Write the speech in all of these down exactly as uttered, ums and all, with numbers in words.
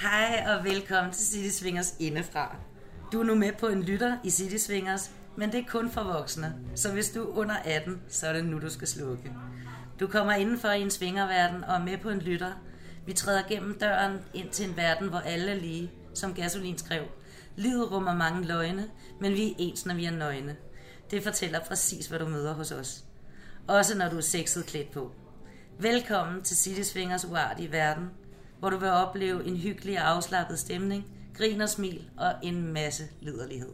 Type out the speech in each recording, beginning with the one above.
Hej og velkommen til City Swingers indefra. Du er nu med på en lytter i City Swingers, men det er kun for voksne. Så hvis du er under atten, så er det nu, du skal slukke. Du kommer indenfor i en swingerverden og er med på en lytter. Vi træder gennem døren ind til en verden, hvor alle er lige, som Gasolin skrev. Livet rummer mange løgne, men vi er ens, når vi er nøgne. Det fortæller præcis, hvad du møder hos os. Også når du er sexet klædt på. Velkommen til City Swingers uartige verden, hvor du vil opleve en hyggelig og afslappet stemning, grin og smil og en masse liderlighed.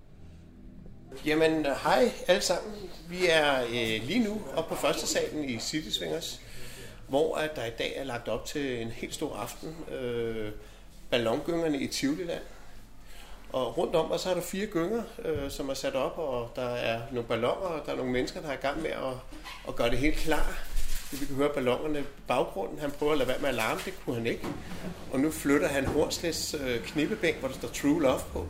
Jamen, hej alle sammen. Vi er øh, lige nu oppe på første salen i City Swingers, hvor at der i dag er lagt op til en helt stor aften. Øh, ballongyngerne i Tivoliland. Og rundt om os så er der fire gynger, øh, som er sat op, og der er nogle balloner, og der er nogle mennesker, der er i gang med at, at gøre det helt klar. Vi kan høre ballonerne i baggrunden. Han prøver at lade være med at larme, det kunne han ikke. Og nu flytter han Hornslets øh, knippebænk, hvor der står True Love på.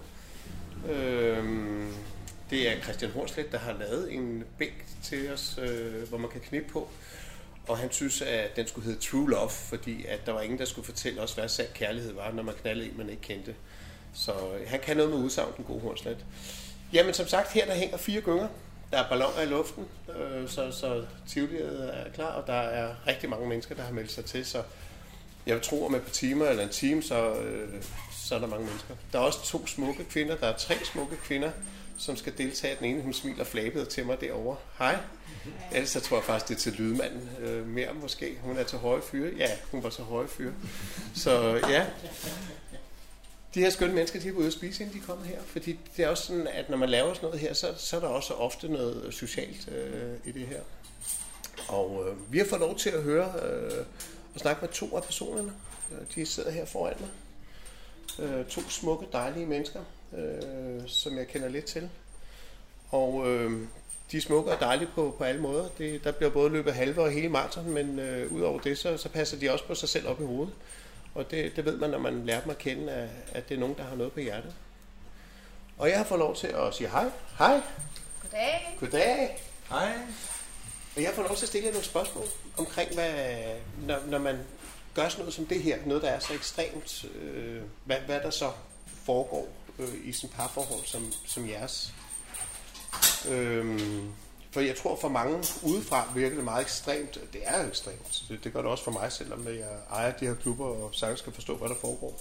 Øhm, det er Christian Hornslet, der har lavet en bænk til os, øh, hvor man kan knippe på. Og han synes, at den skulle hedde True Love, fordi at der var ingen, der skulle fortælle os, hvad sand kærlighed var, når man knaldede en, man ikke kendte. Så øh, han kan noget med udsagn, den gode Hornslet. Jamen som sagt, her der hænger fire gynger. Der er balloner i luften, øh, så, så Tivoliet er klar, og der er rigtig mange mennesker, der har meldt sig til. Så jeg vil tro, at med et par timer eller en time, så, øh, så er der mange mennesker. Der er også to smukke kvinder. Der er tre smukke kvinder, som skal deltage. Den ene, hun smiler flabet til mig derovre. Hej. Ellers så tror jeg faktisk, det er til lydmanden øh, mere måske. Hun er til høje fyre. Ja, hun var til høje fyre. Så ja. De her skønne mennesker, de er ude at spise, inden de kommer her. Fordi det er også sådan, at når man laver sådan noget her, så, så er der også ofte noget socialt øh, i det her. Og øh, vi har fået lov til at høre øh, og snakke med to af personerne. De sidder her foran mig. Øh, to smukke, dejlige mennesker, øh, som jeg kender lidt til. Og øh, de er smukke og dejlige på, på alle måder. Det, der bliver både løbet halve og hele maraton, men øh, udover det, så, så passer de også på sig selv op i hovedet. Og det, det ved man, når man lærer dem at kende, at, at det er nogen, der har noget på hjertet. Og jeg har fået lov til at sige hej. Hej. Goddag. Goddag. Hej. Og jeg har fået lov til at stille jer nogle spørgsmål omkring, hvad, når, når man gør sådan noget som det her, noget der er så ekstremt, øh, hvad, hvad der så foregår øh, i sådan et parforhold som, som jeres. Øhm, for jeg tror for mange udefra virker det meget ekstremt. Det er jo ekstremt. Det, det gør det også for mig, selvom jeg ejer de her klubber og sagtens skal forstå, hvad der foregår.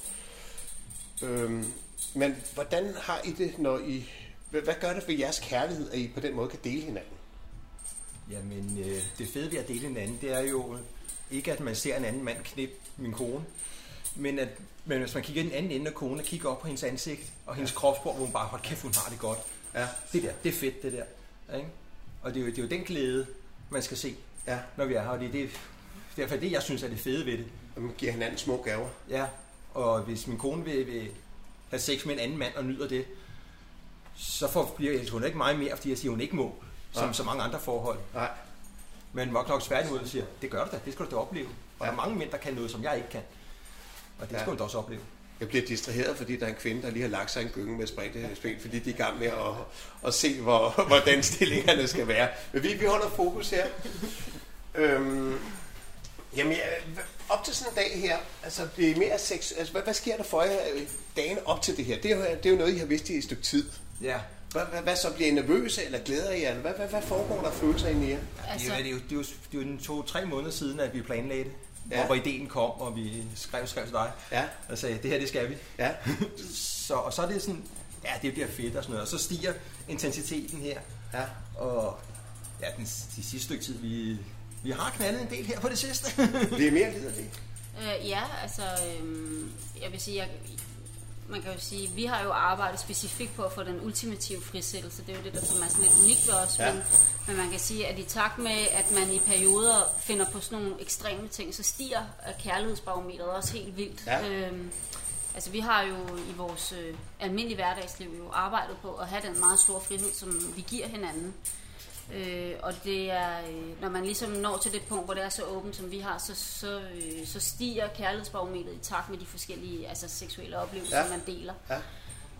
Øhm, men hvordan har I det, når I... Hvad gør det for jeres kærlighed, at I på den måde kan dele hinanden? Jamen, øh, det fede ved at dele hinanden, det er jo ikke, at man ser en anden mand knippe min kone, men, at, men hvis man kigger i den anden ende af konen og kigger op på hendes ansigt og hendes kropsspor, hvor hun bare, hold kæft, hun har det godt. Ja. Det der, det er fedt, det der. Ikke? Og det er, jo, det er jo den glæde, man skal se, Ja. når vi er her. Og det er det, derfor det, jeg synes er det fede ved det. Og man giver hinanden små gaver. Ja, og hvis min kone vil, vil have sex med en anden mand og nyder det, så får, bliver hun ikke meget mere, fordi jeg siger, hun ikke må, som ja. så mange andre forhold. Nej. Men hvor nok tværtimod og siger, det gør du da, det skal du da opleve. Og Ja. der er mange mænd, der kan noget, som jeg ikke kan. Og det Ja. skal du da også opleve. Jeg bliver distraheret, fordi der er en kvinde, der lige har lagt sig en gynge med spredte spil, fordi de er i gang med at, at se, hvor, hvordan stillingerne skal være. Men vi, vi holder fokus her. Øhm, jamen, ja, op til sådan en dag her, altså det er mere sex, altså hvad, hvad sker der for jer dagen op til det her? Det er jo, det er jo noget, I har vidst i et stykke tid. Ja. Hvad, hvad, hvad så bliver I nervøse, eller glæder I jer? Hvad, hvad, hvad foregår der følelser inde i jer? Altså, det, er jo, det, er jo, det er jo en to-tre måneder siden, at vi planlagde det. Ja. Hvor ideen kom, og vi skrev, skrev til dig. Ja. Og sagde, det her, det skal vi. Ja. så, og så er det sådan, ja, det bliver fedt og sådan noget. Og så stiger intensiteten her. Ja. Og ja, den, de sidste stykke tid, vi, vi har knaldet en del her på det sidste. Det er mere liderligt. Øh, ja, altså, øhm, jeg vil sige, jeg, man kan jo sige, vi har jo arbejdet specifikt på at få den ultimative frisættelse. Det er jo det, der som er sådan lidt unikt ved os. Ja. Men, men man kan sige, at i takt med, at man i perioder finder på sådan nogle ekstreme ting, så stiger kærlighedsbarometeret også helt vildt. Ja. Øhm, altså, vi har jo i vores øh, almindelige hverdagsliv jo arbejdet på at have den meget store frihed, som vi giver hinanden. Øh, og det er, øh, når man ligesom når til det punkt, hvor det er så åbent, som vi har, så, så, øh, så stiger kærlighedsbarometeret i takt med de forskellige altså seksuelle oplevelser, Ja. man deler. Ja.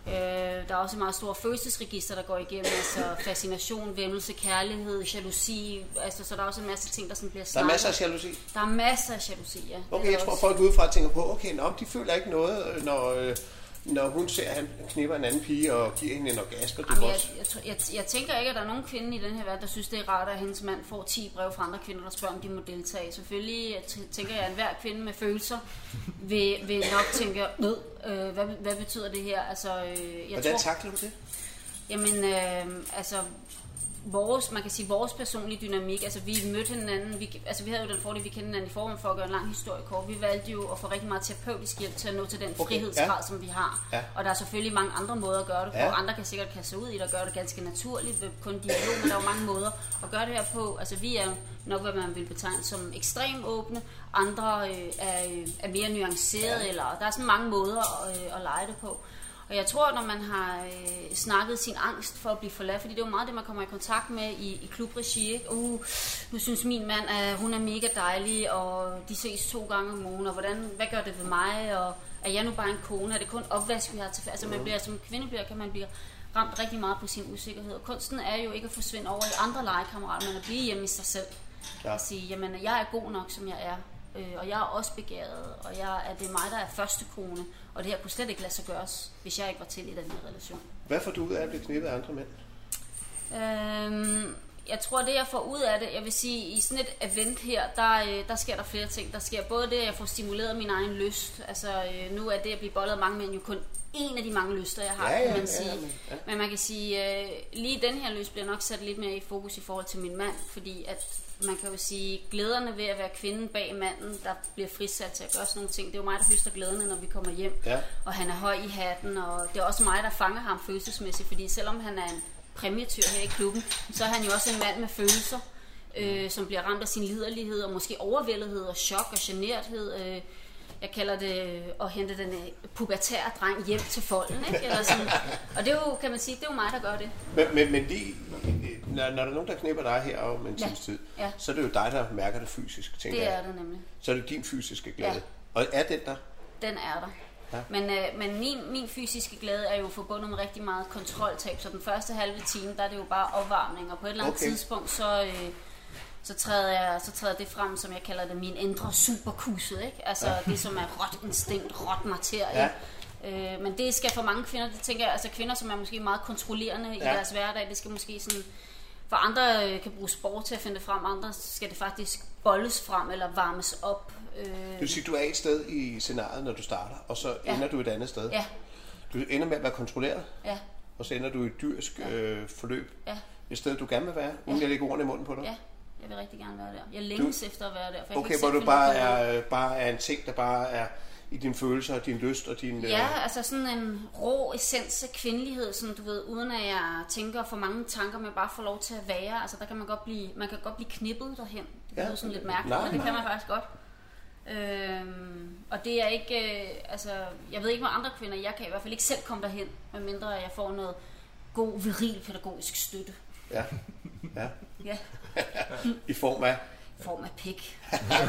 Øh, der er også et meget stort følelsesregister, der går igennem, altså fascination, væmmelse, kærlighed, jalousi, altså, så der er også en masse ting, der sådan bliver Der er snakket. masser af jalousi? Der er masser af jalousi, ja. Okay, jeg tror, også. Folk udefra tænker på, okay, nå, de føler ikke noget, når, øh, når hun ser, at han knipper en anden pige og giver hende en orgasme. Jamen, jeg, jeg, jeg, jeg tænker ikke, at der er nogen kvinde i den her verden, der synes, det er rart, at hendes mand får ti brev fra andre kvinder, der spørger, om de må deltage. Selvfølgelig jeg tænker jeg, at enhver kvinde med følelser vil, vil nok tænke, øh, hvad, hvad betyder det her? Altså, øh, jeg Hvordan tror, takler du det? Jamen, øh, altså... Vores, man kan sige, vores personlige dynamik, altså vi mødte hinanden, vi, altså vi havde jo den fordel, vi kendte hinanden i formen for at gøre en lang historie kort. Vi valgte jo at få rigtig meget terapeutisk hjælp til at nå til den okay, frihedsgrad, ja. som vi har. Ja. Og der er selvfølgelig mange andre måder at gøre det på. Ja. Andre kan sikkert kaste sig ud i det og gøre det ganske naturligt ved kun dialog, men der er jo mange måder at gøre det her på. Altså vi er nok, hvad man vil betegne som ekstremt åbne, andre øh, er, øh, er mere nuanceret, ja. Eller der er sådan mange måder at, øh, at lege det på. Og jeg tror, når man har øh, snakket sin angst for at blive forladt, fordi det er jo meget det, man kommer i kontakt med i, i klubregi, ikke? Uh, nu synes min mand, at hun er mega dejlig, og de ses to gange om ugen, og hvordan, hvad gør det ved mig, og er jeg nu bare en kone, er det kun opvask, vi har til? Altså man bliver, som kvinde bliver, kan man blive ramt rigtig meget på sin usikkerhed, og kunsten er jo ikke at forsvinde over i andre legekammerater, men at blive hjemme i sig selv. Ja. Og sige, jamen jeg er god nok, som jeg er. Og jeg er også begæret, og jeg, at det er mig, der er første kone, og det her kunne slet ikke lade sig gøres, hvis jeg ikke var til i den her relation. Hvad får du ud af at blive knippet af andre mænd? Øhm, jeg tror, det jeg får ud af det, jeg vil sige, i sådan et event her, der, der sker der flere ting. Der sker både det, at jeg får stimuleret min egen lyst. Altså nu er det at blive bollet af mange mænd jo kun en af de mange lyster, jeg har, ja, ja, kan man sige. Ja, men, ja. Men man kan sige, øh, lige den her lyst bliver nok sat lidt mere i fokus i forhold til min mand, fordi at man kan jo sige, glæderne ved at være kvinden bag manden, der bliver frisat til at gøre sådan nogle ting. Det er jo mig, der høster glæderne, når vi kommer hjem. Ja. Og han er høj i hatten, og det er også mig, der fanger ham følelsesmæssigt, fordi selvom han er en præmietyr her i klubben, så er han jo også en mand med følelser, øh, som bliver ramt af sin liderlighed, og måske overvældethed, og chok og generthed. Øh, jeg kalder det at hente den pubertære dreng hjem til folden, ikke? Eller sådan. Og det er jo, kan man sige, det er jo mig, der gør det. Men, men, men lige, når, når der er nogen, der knipper dig her om en ja. times tid, ja. så er det jo dig, der mærker det fysisk, tænker det jeg. Det er det nemlig. Så er det din fysiske glæde. Ja. Og er den der? Den er der. Ja. Men, øh, men min, min fysiske glæde er jo forbundet med rigtig meget kontroltab, så den første halve time, der er det jo bare opvarmning, og på et eller andet okay. tidspunkt, så... Øh, Så træder, jeg, så træder det frem, som jeg kalder det, min indre superkusset, ikke? Altså ja. Det, som er råt instinkt, råt materie. Ja. Øh, men det skal for mange kvinder, det tænker jeg, altså kvinder, som er måske meget kontrollerende ja. i deres hverdag, det skal måske sådan, for andre øh, kan bruge sport til at finde det frem, andre skal det faktisk bolles frem eller varmes op. Øh. Det vil sige, du er et sted i scenariet, når du starter, og så ja. ender du et andet sted. Ja. Du ender med at være kontrolleret, ja. og så ender du i et dyrisk ja. øh, forløb. Ja. Et sted, du gerne vil være, uden ja. jeg lægger ordene i munden på dig. Ja. Jeg vil rigtig gerne være der. Jeg længes du, efter at være der. For okay, hvor du bare er, bare er en ting, der bare er i dine følelser og din lyst og din... Ja, øh... altså sådan en rå essens af kvindelighed, sådan du ved, uden at jeg tænker for mange tanker, men bare får lov til at være. Altså der kan man godt blive, man kan godt blive knippet derhen. Det er ja. sådan lidt mærkeligt, nej, men det nej. kan man faktisk godt. Øhm, og det er ikke, øh, altså jeg ved ikke med andre kvinder, jeg kan i hvert fald ikke selv komme derhen, medmindre jeg får noget god, viril pædagogisk støtte. Ja, ja. Ja. I form af? I form af pik.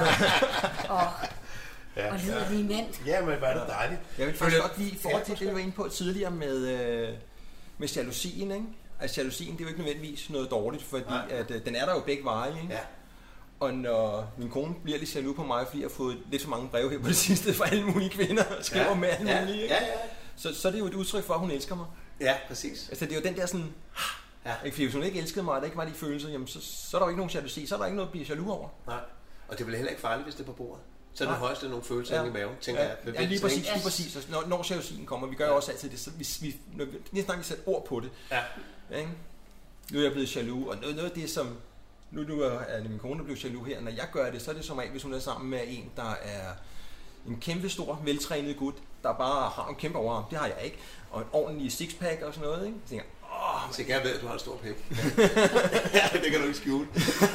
og, ja, og liderlige mænd. Ja, men var det dejligt. Jeg vil faktisk godt lige i forhold til det, du var inde på tidligere med, øh, med jalousien, ikke? Altså jalousien, det er jo ikke nødvendigvis noget dårligt, fordi at, øh, den er der jo begge veje, ikke? Ja. Og når min kone bliver lidt jaloux på mig, fordi jeg har fået lidt for mange breve her på det sidste fra alle mulige kvinder, og skriver ja. med alle ja. mulige, ikke? Ja, ja. Så, så er det jo et udtryk for, at hun elsker mig. Ja, præcis. Altså det er jo den der sådan... Ja. Ikke, fordi hvis hun ikke elskede mig, og der ikke var de følelser, jamen, så, så er der jo ikke nogen jalousi, så er der ikke noget at blive jaloux over. Nej, og det er vel heller ikke farligt, hvis det er på bordet. Så er det højeste nogle følelser ja. i maven, tænker ja. jeg. Ja, lige præcis, lige præcis. Altså, når, når jalousien kommer, vi gør ja. også altid det, så vi, vi, når vi, vi snakker, vi sætter ord på det. Ja. Ja, ikke? Nu er jeg blevet jaloux, og noget, noget af det, som... Nu, nu er det min kone, der bliver jaloux her. Når jeg gør det, så er det som regel, hvis hun er sammen med en, der er en kæmpe stor, veltrænet gut, der bare har en kæmpe overarm. Det har jeg ikke. Og en ordentlig sixpack og sådan noget, ikke? Så tænker jeg, åh, så jeg ved, at du har en stor pæk. Ja, det kan du ikke skjule.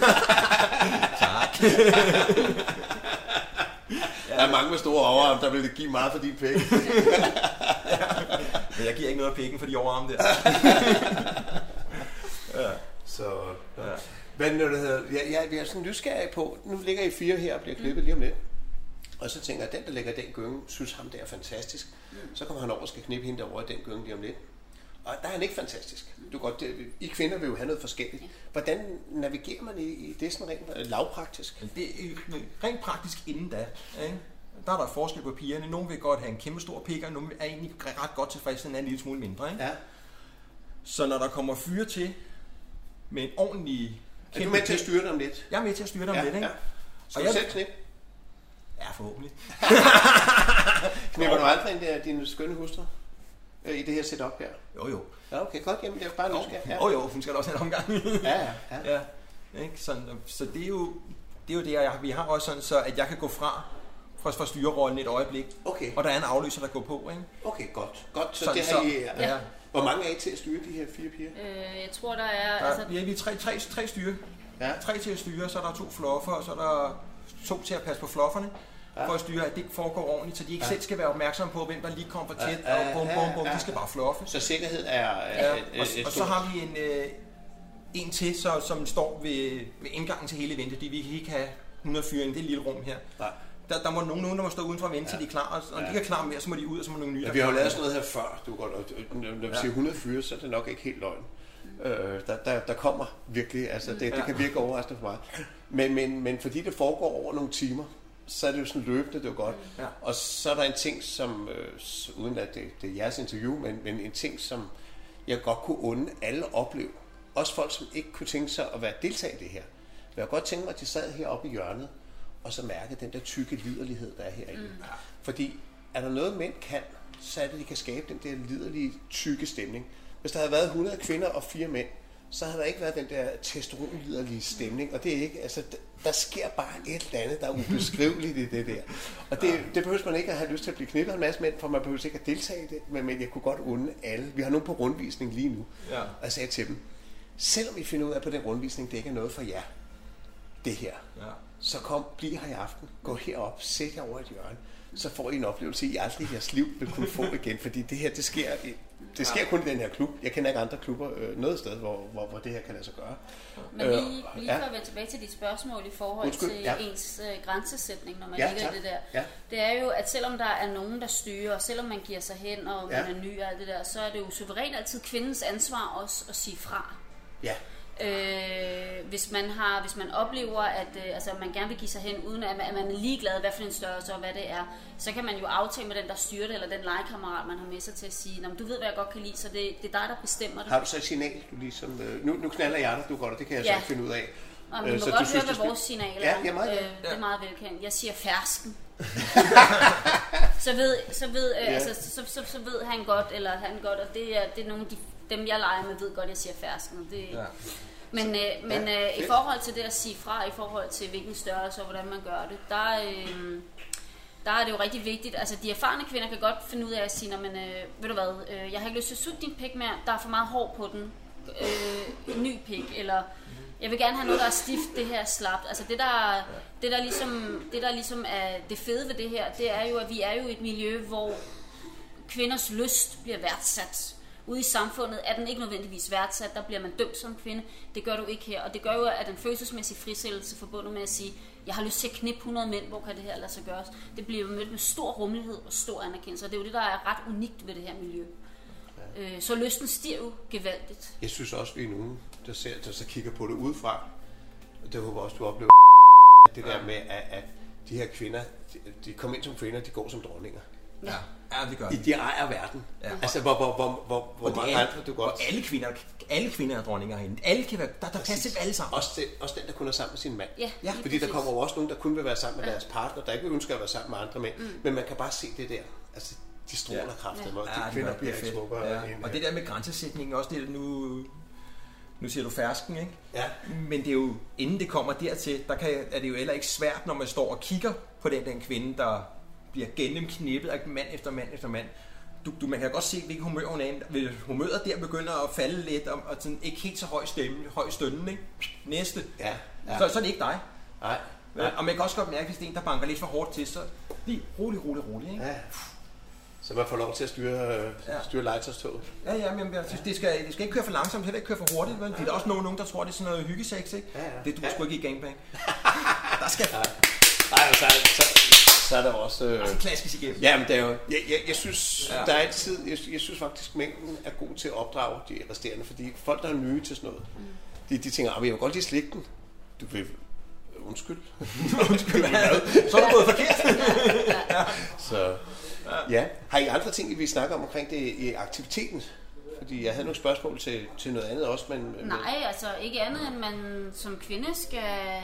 Tak. Der er mange med store overarm, der vil give meget for din pæk. Men jeg giver ikke noget af pækken for de overarm der. Ja. Så... Ja. Men når det hedder, jeg, jeg, jeg er sådan nysgerrig på, nu ligger I fire her og bliver klippet lige om lidt. Og så tænker jeg, at den, der lægger den gynge, synes ham, det er fantastisk. Mm. Så kommer han over og skal knippe hende derovre i den gynge lige om lidt. Og der er han ikke fantastisk. Du godt, det, I kvinder vil jo have noget forskelligt. Hvordan navigerer man i, i det sådan rent lavpraktisk? Det er rent praktisk inden da. Ikke? Der er der forskel på pigerne. Nogle vil godt have en kæmpe stor pik, og nogle er egentlig ret godt tilfreds, den er en lille smule mindre. Ikke? Ja. Så når der kommer fyre til med en ordentlig... Er du med til at styre dem lidt? Jeg er med til at styre dem ja, lidt. Ikke? Ja. Skal og du jeg... selv knippe? Ja, forhåbentlig. Knipper du aldrig en din skønne hustru i det her setup her? Jo, jo. Ja, okay, godt. Jamen, det er jo bare nysgerrig. Ja. Jo, jo, hun skal også have en omgang. ja, ja. ja. ja. Ikke? Sådan, så det er jo det, er jo det jeg, vi har også sådan, så at jeg kan gå fra fra, fra styrerollen et øjeblik, okay. og der er en afløser, der går på. Ikke? Okay, godt. godt. Så sådan, det har I... Ja. Ja. Hvor mange er I til at styre de her fire piger? Øh, jeg tror, der er... Der, altså... Vi er, vi er tre, tre, tre styre. Ja. Tre til at styre, så er der to fluffer, og så er der to til at passe på flufferne. Ja. For at styre, at det foregår ordentligt, så de ikke ja. selv skal være opmærksomme på, hvem der lige kommer for tæt, ja, ja, og bum, bum, bum, ja. de skal bare fluffe. Så sikkerhed er... er ja. et, og, et og så har vi en, øh, en til, så, som står ved, ved indgangen til hele eventet, fordi vi kan ikke have hundrede fyre i det lille rum her. Ja. Der, der må nogen, nogen, der må stå udenfor og vente, ja. til de er klar, og når ja. de er klar mere, så må de ud, og så må nogle nye... Ja, vi har jo lavet sådan noget her før, du godt, og når vi siger hundrede fyre, så er det nok ikke helt løgn. Øh, der, der, der kommer virkelig, altså det, ja. det kan virke overraskende for mig. Men, men, men fordi det foregår over nogle timer, så er det jo sådan løbende, det er jo godt. Ja. Og så er der en ting, som, øh, uden at det, det er jeres interview, men, men en ting, som jeg godt kunne unde alle opleve. Også folk, som ikke kunne tænke sig at være deltager i det her. Jeg kunne godt tænke mig, at de sad heroppe i hjørnet, og så mærke den der tykke liderlighed, der er herinde. Mm. Fordi er der noget, mænd kan, så er det, at de kan skabe den der liderlige, tykke stemning. Hvis der havde været hundrede kvinder og fire mænd, så havde der ikke været den der testosteronliderlige stemning. Og det er ikke, altså, der sker bare et eller andet, der er ubeskriveligt i det der. Og det, det behøver man ikke at have lyst til at blive knippet en masse mænd, for man behøver ikke at deltage i det. Men, men jeg kunne godt unde alle. Vi har nogen på rundvisning lige nu. Ja. Og jeg sagde til dem, selvom I finder ud af på den rundvisning, det ikke er noget for jer, det her, ja. så kom, bliv her i aften, gå herop, sæt jer over et hjørne, så får I en oplevelse, I aldrig i jeres liv vil kunne få igen, fordi det her, det sker, det sker kun i den her klub. Jeg kender ikke andre klubber øh, noget sted, hvor, hvor, hvor det her kan lade sig gøre. Men lige, lige for at vende tilbage til dit spørgsmål i forhold Undskyld, til ja. ens øh, grænsesætning, når man ja, ligger i det der, ja. det er jo, at selvom der er nogen, der styrer, og selvom man giver sig hen, og man ja. er ny og alt det der, så er det jo suverænt altid kvindens ansvar også at sige fra. Ja. Øh, hvis man har, hvis man oplever, at øh, altså, man gerne vil give sig hen, uden at man, at man er ligeglad, hvad for en størrelse og hvad det er, så kan man jo aftale med den, der styrer det, eller den legekammerat, man har med sig til at sige, du ved, hvad jeg godt kan lide, så det, det er dig, der bestemmer det. Har du så et signal, du ligesom, øh, nu, nu knaller jeg dig, du godt, og det kan jeg ja. så ikke finde ud af. Og man må så godt høre, hvad vores signal er. Ja, ja, meget, ja. øh, det er meget velkendt. Jeg siger fersken. så ved, så, ved, øh, ja. altså, så, så, så ved han godt, eller han godt, og det er, det er nogle af de, dem, jeg leger med, ved godt, jeg siger fersken. Det, ja. Men, øh, men øh, i forhold til det at sige fra, i forhold til hvilken størrelse og hvordan man gør det, der, øh, der er det jo rigtig vigtigt. Altså de erfarne kvinder kan godt finde ud af at sige, men, øh, ved du hvad, øh, jeg har ikke lyst til at sutte din pik mere, der er for meget hår på den, øh, en ny pik, eller jeg vil gerne have noget, der er stift, det her slapt. Altså det der, det, der ligesom, det, der ligesom er det fede ved det her, det er jo, at vi er jo i et miljø, hvor kvinders lyst bliver værdsat. Ude i samfundet er den ikke nødvendigvis værdsat, der bliver man dømt som kvinde. Det gør du ikke her, og det gør jo, at den følelsesmæssige frisættelse forbundet med at sige, jeg har lyst til at knippe hundrede mænd, hvor kan det her lade sig gøres? Det bliver mødt med stor rummelighed og stor anerkendelse, og det er jo det, der er ret unikt ved det her miljø. Ja. Så lysten stiger jo gevaldigt. Jeg synes også, vi er nogen, der, ser, der så kigger på det udefra, og det håber også, du oplever, det der med, at, at de her kvinder, de, de kommer ind som kvinder, de går som dronninger. Ja. Ja, det gør I de ejer verden. Ja. Altså, hvor, hvor, hvor, hvor, hvor mange andre du godt... Og alle kvinder, alle kvinder er dronninger herinde. Alle kan være... Der, der passer til alle sammen. Også, det, også den, der kun er sammen med sin mand. Ja, ja. Fordi der kommer jo også nogen, der kun vil være sammen med ja. deres partner, der ikke vil ønske at være sammen med andre mænd. Mm. Men man kan bare se det der. Altså, de stråler ja. kraftigt. Ja. De ja, kvinder bliver ikke smukkere. Ja. Og det der med grænsesætningen også, det nu... Nu siger du fersken, ikke? Ja. Men det er jo, inden det kommer dertil, der kan, er det jo heller ikke svært, når man står og kigger på den, den kvinde, der bliver gennemknippet af mand efter mand efter mand. Du, du, man kan godt se, hvilken humør hun er. Humøret der begynder at falde lidt, og, og sådan, ikke helt så høj stemme, høj stønnen, ikke? Næste. Ja, ja. Så, så er det ikke dig. Nej. Ja, og man kan også godt mærke, hvis det er en, der banker lidt for hårdt til, så lige rolig, rolig, rolig, ikke? Ja. Så man får lov til at styre, styre legetøjstoget. Ja, ja, men jeg synes, det skal, det skal ikke køre for langsomt, heller ikke køre for hurtigt, vel? Ja. Det er også nogen, nogen, der tror, det er sådan noget hyggesex, ikke? Ja, ja. Det du ja. sgu ikke i gangbang. Der skal... Ja. Nej, så, så, så så er der også... Øh, altså klassisk igennem. Jamen, det er jo... Jeg, jeg, jeg synes, ja. der er altid... Jeg, jeg synes faktisk, mængden er god til at opdrage de resterende, fordi folk, der er nye til sådan noget, mm. de, de tænker, at jeg vil godt lige slikke den. Du vil... Undskyld. Undskyld, hvad? Så er det gået forkert. ja. Så... Ja. Har I andre ting, vi snakker om omkring det i aktiviteten? Fordi jeg havde nogle spørgsmål til, til noget andet også, men... Nej, altså ikke andet, end man som kvinde skal,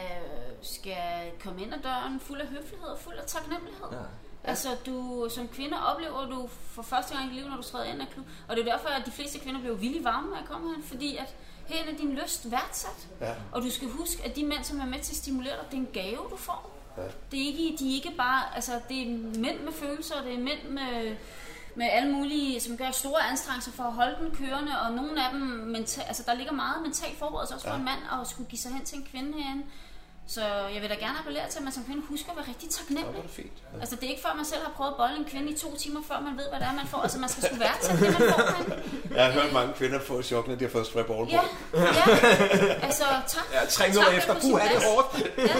skal komme ind ad døren fuld af høflighed og fuld af taknemmelighed. Ja. Altså, du som kvinde oplever du for første gang i livet, når du træder ind af klub. Og det er derfor, at de fleste kvinder bliver vildt varme, når jeg kommer hen, fordi at herinde er din lyst værdsat. Ja. Og du skal huske, at de mænd, som er med til at stimulere dig, det er en gave, du får. Ja. Det er ikke, de er ikke bare, altså det er mænd med følelser, det er mænd med, med alle mulige, som gør store anstrengelser for at holde den kørende, og nogle af dem, mental, altså der ligger meget mental forberedelse også for ja. en mand at skulle give sig hen til en kvinde herinde. Så jeg vil da gerne appellere til, at man som kvinde husker at være rigtig taknemmelig. Ja, det er fint. Ja. Altså det er ikke før man selv har prøvet at bolle en kvinde i to timer, før man ved, hvad det er, man får. Altså man skal sgu være til det, man får. Man. Jeg har hørt mange kvinder få chok, når de har fået spraybowl på. Ja, ja. Altså tak. Ja, tre minutter efter. Puh, er det hårdt. Ja.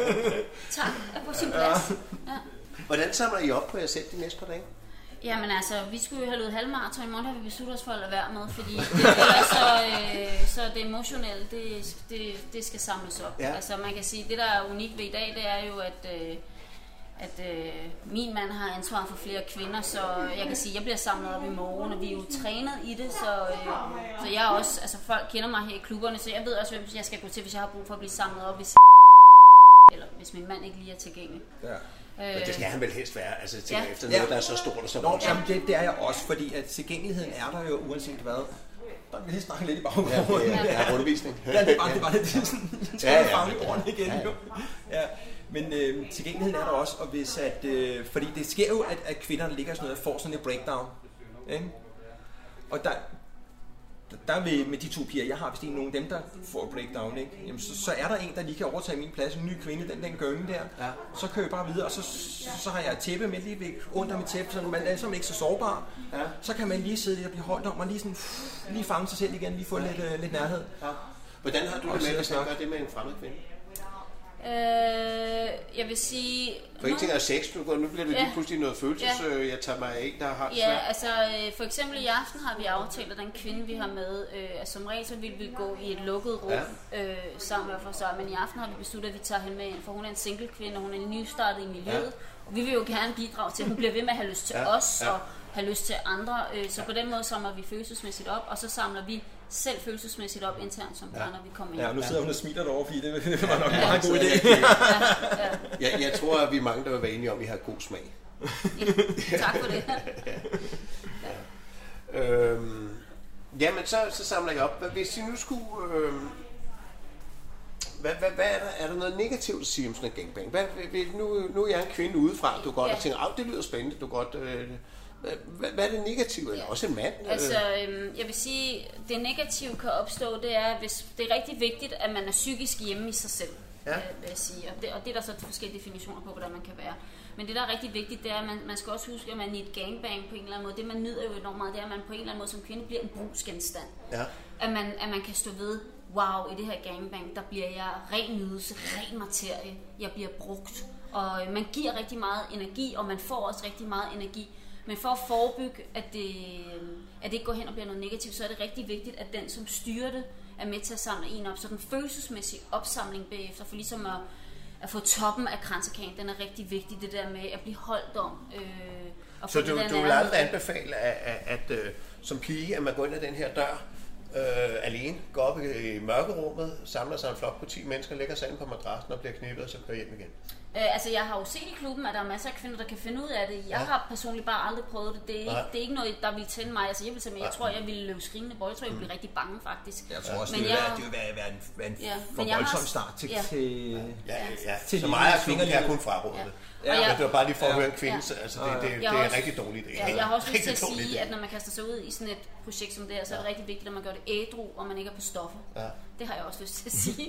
Tak er på sin plads. Ja. Hvordan samler I op på jer selv de næste par dage? Jamen altså, vi skulle jo have løbet halvmarathon i morgen, har vi besluttet os for at lade være med, fordi det er så, øh, så det emotionelle, det, det, det skal samles op. Ja. Altså man kan sige, det der er unikt ved i dag, det er jo, at, øh, at øh, min mand har ansvar for flere kvinder, så jeg kan sige, jeg bliver samlet op i morgen, og vi er jo trænet i det, så, øh, så jeg er også, altså folk kender mig her i klubberne, så jeg ved også, hvem jeg skal gå til, hvis jeg har brug for at blive samlet op, hvis eller hvis min mand ikke lige er tilgængelig. Ja. Men det skal han vel helst være, altså til ja. efter noget, ja. der er så stort og så voldsomt. Jamen det, det er jeg også, fordi at tilgængeligheden er der jo uanset hvad. Der vil jeg snakke lidt i baggrunden. Ja, det er, ja, rundvisning. Ja, det var det, var det, det er sådan, ja, ja, faglig ja, ja. igen jo. Ja. Men øh, tilgængeligheden er der også, og hvis at, øh, fordi det sker jo, at, at kvinderne ligger sådan noget og får sådan et breakdown. Ikke? Og der, der vil, med de to piger, jeg har vist en nogen dem, der får breakdown, ikke? Jamen, så, så er der en, der lige kan overtage min plads, en ny kvinde, den, den gønge der. Ja. Så kører jeg bare videre, og så, så, så har jeg et tæppe med lige væk under mit tæppe, så man er altså ikke så sårbar. Ja. Så kan man lige sidde der og blive holdt om, og lige, sådan, lige fange sig selv igen, lige få ja. lidt, uh, lidt nærhed. Ja. Hvordan har du det med, hvis man gør det med en fremmed kvinde? Øh, jeg vil sige... For en ting er sex, nu, nu bliver det ja. lige pludselig noget følelses... Ja. Jeg tager mig af, der har... Ja, svært. altså for eksempel i aften har vi aftalt, at den kvinde, vi har med, øh, altså, som regel så vil vi gå i et lukket rum ja. øh, sammen med for sig, men i aften har vi besluttet, at vi tager hende med ind, for hun er en single kvinde, og hun er nystartet i miljøet, ja. og vi vil jo gerne bidrage til, at hun bliver ved med at have lyst til ja. os, ja. og have lyst til andre, øh, så ja. på den måde samler vi følelsesmæssigt op, og så samler vi selv følelsesmæssigt op internt som børn, når vi kommer ind. Ja, nu sidder hun og smiler derovre, fordi det var nok ja. en meget god idé. ja, ja. Jeg, jeg tror, at vi er mange, der vil være enige om, at vi har god smag. Ja, tak for det. ja. Ja. Øhm, jamen, så, så samler jeg op. Hvis I nu skulle... Øhm, hvad, hvad, hvad er, der, er der noget negativt at sige om sådan en gangbang? Hvad, nu, nu er jeg en kvinde udefra, du godt ja. og tænker, at det lyder spændende, du godt... Øh, Hvad, hvad er det negative? Eller ja. også en mand? Altså, øhm, jeg vil sige, det negative kan opstå, det er, hvis det er rigtig vigtigt, at man er psykisk hjemme i sig selv, ja. øh, vil jeg sige. Og det, og det er der så forskellige definitioner på, hvordan man kan være. Men det, der er rigtig vigtigt, det er, at man, man skal også huske, at man i et gangbang på en eller anden måde, det man nyder jo enormt meget, det er, at man på en eller anden måde som kvinde bliver en brugsgenstand. Ja. At, man, at man kan stå ved, wow, i det her gangbang, der bliver jeg ren nydelse, ren materie, jeg bliver brugt. Og man giver rigtig meget energi, og man får også rigtig meget energi. Men for at forebygge, at det, at det ikke går hen og bliver noget negativt, så er det rigtig vigtigt, at den, som styrer det, er med til at samle en op. Så den følelsesmæssige opsamling bagefter, for ligesom at, at få toppen af kransekagen, den er rigtig vigtig, det der med at blive holdt om. Øh, og så du, du vil aldrig anbefale, at, at, at, at som pige, at man går ind ad den her dør, øh, alene, går op i mørkerummet, samler sig en flok på ti mennesker, lægger sig ind på madrassen og bliver knippet, og så kører hjem igen? Øh, altså jeg har jo set i klubben, at der er masser af kvinder, der kan finde ud af det. Jeg ja. har personligt bare aldrig prøvet det. Det er, ikke, det er ikke noget, der vil tænde mig. Altså jeg vil simpelthen, jeg tror, jeg ville løbe skrigende bort. Jeg tror, jeg ville blive rigtig bange faktisk. Jeg tror også, men det vil være, det vil være, være en, være en ja, for voldsom har... start til, ja. til, ja, ja. til så meget af klubben kan jeg kun fraråde det. Ja. Ja, det var bare lige for at høre en kvinde, ja. altså det, det, det, det er en rigtig dårlig idé. Ja, jeg har også lyst til at sige, at når man kaster sig ud i sådan et projekt som det her, så er det rigtig vigtigt, at man gør det ædru, og man ikke er på stoffer. Det har jeg også lyst til at sige.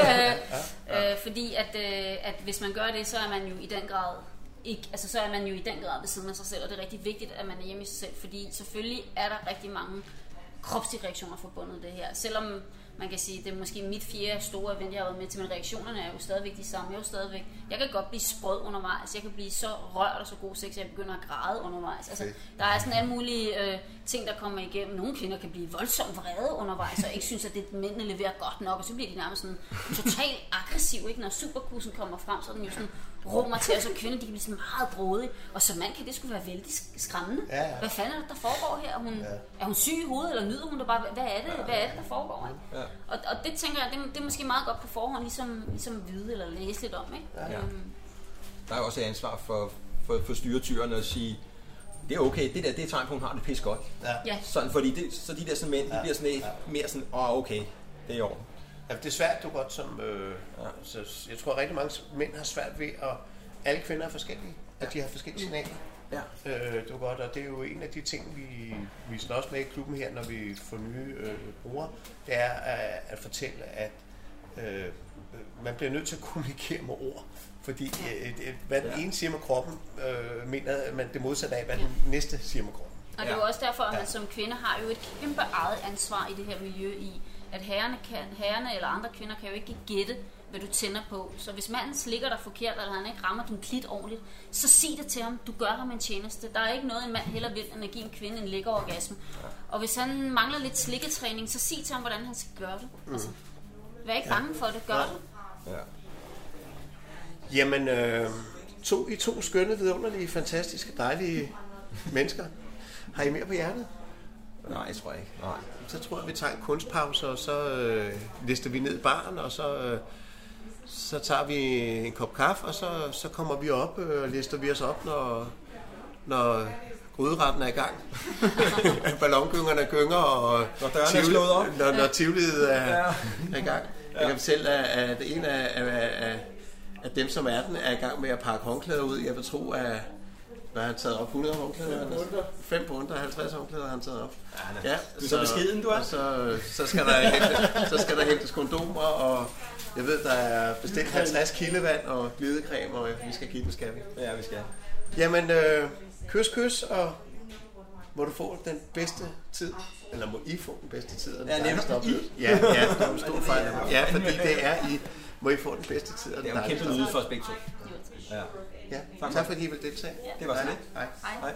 Fordi at, at hvis man gør det, så er man jo i den grad ikke, altså så er man jo i den grad ved siden af sig selv, og det er rigtig vigtigt, at man er hjemme i sig selv, fordi selvfølgelig er der rigtig mange kropslige reaktioner forbundet det her. Selvom man kan sige, det er måske mit fjerde store event, jeg har været med til, men reaktionerne er jo stadigvæk de samme. Jeg er jo stadigvæk, jeg kan godt blive sprød undervejs, jeg kan blive så rørt og så god sex, at jeg begynder at græde undervejs. Altså, der er sådan alle mulige øh, ting, der kommer igennem. Nogle kvinder kan blive voldsomt vrede undervejs, og ikke synes, at det mændene leverer godt nok, og så bliver de nærmest sådan totalt aggressiv, ikke? Når superkussen kommer frem, så er den jo sådan rummer til, og så kvinder, de kan blive sådan meget grådige, og som mand kan det skulle være vældig skræmmende. Ja, ja. Hvad fanden er det, der foregår her? Er hun, ja. er hun syg i hovedet, eller nyder hun det bare? Hvad er det, ja. hvad er det der foregår? Ikke? Ja. Og, og det tænker jeg, det, det er måske meget godt på forhånd, ligesom, ligesom vide eller læse lidt om. Ikke? Ja. Ja. Um, der er også et ansvar for, for, for styretyrene at sige, det er okay, det der, det er tegn på, hun har det pis godt. Ja. Ja. Sådan, fordi det, så de der sådan mænd, de ja. bliver sådan lidt, mere sådan, åh oh, okay, det er i orden. Ja, det er svært, du godt som, øh, ja. så jeg tror rigtig mange mænd har svært ved at, alle kvinder er forskellige, at de har forskellige signaler. Ja. Øh, det er godt, og det er jo en af de ting, vi, vi slås med i klubben her, når vi får nye øh, brugere, det er at, at fortælle, at øh, man bliver nødt til at kommunikere med ord, fordi øh, hvad den ene siger med kroppen, øh, mener man det modsatte af, hvad den næste siger med kroppen. Og det er jo også derfor, at man som kvinde har jo et kæmpe eget ansvar i det her miljø i, at herrerne, kan, herrerne eller andre kvinder kan jo ikke gætte, hvad du tænder på. Så hvis manden slikker dig forkert, eller han ikke rammer din klit ordentligt, så sig det til ham. Du gør ham en tjeneste. Der er ikke noget, en mand heller vil, end at give en kvinde en lækker orgasme. Og hvis han mangler lidt slikketræning, så sig til ham, hvordan han skal gøre det. Mm. Altså, vær ikke bange for det. Gør ja. det. Ja. Jamen, øh, to, I to skønne, vidunderlige, fantastiske, dejlige mennesker. Har I mere på hjertet? Nej, jeg tror ikke. Nej. Så tror jeg, vi tager en kunstpause, og så øh, lister vi ned i baren, og så, øh, så tager vi en kop kaffe, og så, så kommer vi op øh, og lister vi os op, når, når gryderetten er i gang. Ballongyngerne gynger, og når døren er slået op. Når, når tivliet er, ja. er i gang. Jeg kan fortælle, at, at en af, af, af, af dem, som er den, er i gang med at pakke håndklæder ud. Jeg vil tro, at hvad har han taget op? hundrede håndklæder? fem pund og halvtreds håndklæder har han taget op. Ja, du er så beskeden, du er. Så, så, skal der hente, så skal der hentes kondomer, og jeg ved, der er bestilt halvtreds kildevand og glidecreme, og vi skal give den, skal vi. Ja, vi skal. Jamen, øh, kys, kys, og må du få den bedste tid, eller må I få den bedste tid? Ja, nemlig I. Ja, ja, det er en stor fejl. Ja, fordi det er I. Må I få den bedste tid? Det er jo en kæmpe nyde for os begge to. Ja. Ja, tak, tak fordi I vil deltage. Ja. Det var så lidt. Hej. Hej.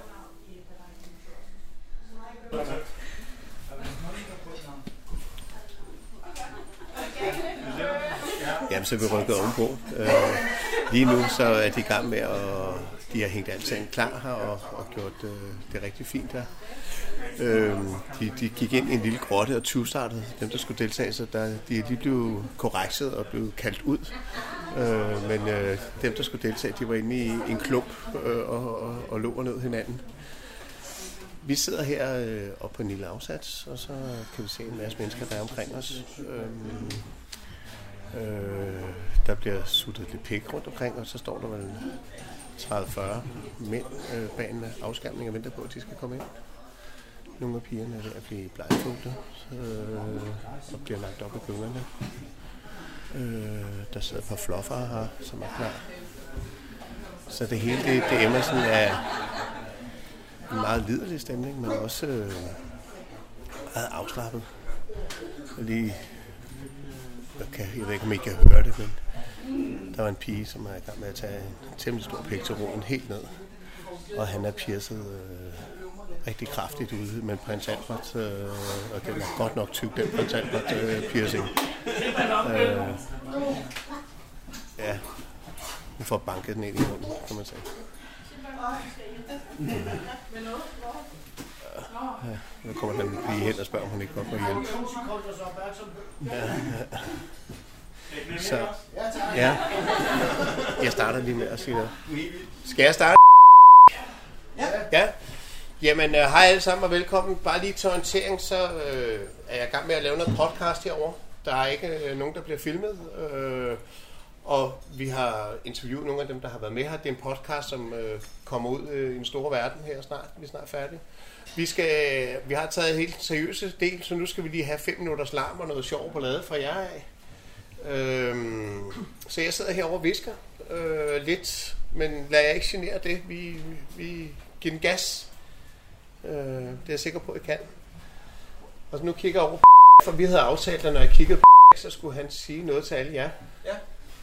Jamen, så er vi rykket ovenpå. Øh, lige nu så er de i gang med at de har hængt alting klar her og, og gjort øh, det rigtig fint her. Øh, de, de gik ind i en lille grotte og tyve-startede dem, der skulle deltage, så der, de, de blev korrekset og blev kaldt ud. Øh, men øh, dem, der skulle deltage, de var inde i en klump øh, og, og, og lå ned hinanden. Vi sidder her øh, oppe på en lille afsats, og så kan vi se en masse mennesker, der er omkring os. Øh, øh, der bliver suttet lidt pæk rundt omkring, og så står der vel tredive til fyrre mænd øh, bag en afskærmning og venter på, at de skal komme ind. Nogle af pigerne er ved at blive blegfuglet øh, og bliver lagt op i gyngerne. Øh, der sidder et par fluffer her, som er klar. Så det hele, det, det emmer sådan af en meget liderlig stemning, men også øh, meget afslappet. Lige, jeg, kan, jeg ved ikke, om I kan høre det, men der var en pige, som er i gang med at tage en temmelig stor pektoron helt ned. Og han er piercet øh, rigtig kraftigt ude med en prins Albert, øh, og den er godt nok tyk, den prins Albert øh, piercing. Øh, ja, hun får banket den ind i munden, kan man sige. Ja, nu kommer den lige hen og spørger, om hun ikke godt må hjælpe. Ja, ja. Så, ja, jeg starter lige med at sige noget. Skal jeg starte? Ja. Jamen, uh, hej alle sammen og velkommen. Bare lige til orientering, så uh, er jeg i gang med at lave noget podcast herovre. Der er ikke uh, nogen, der bliver filmet. Uh, og vi har interviewet nogle af dem, der har været med her. Det er en podcast, som uh, kommer ud uh, i den store verden her snart. Vi er snart færdige. Vi, skal, vi har taget en helt seriøse del, så nu skal vi lige have fem minutters larm og noget sjov ballade fra jer af. Uh, så jeg sidder herovre og visker uh, lidt, men lad jeg ikke genere det. Vi, vi giver den gas. Uh, det er jeg sikker på, at jeg kan. Og så nu kigger jeg over For vi havde aftalt, at når jeg kiggede på så skulle han sige noget til alle jer. Ja.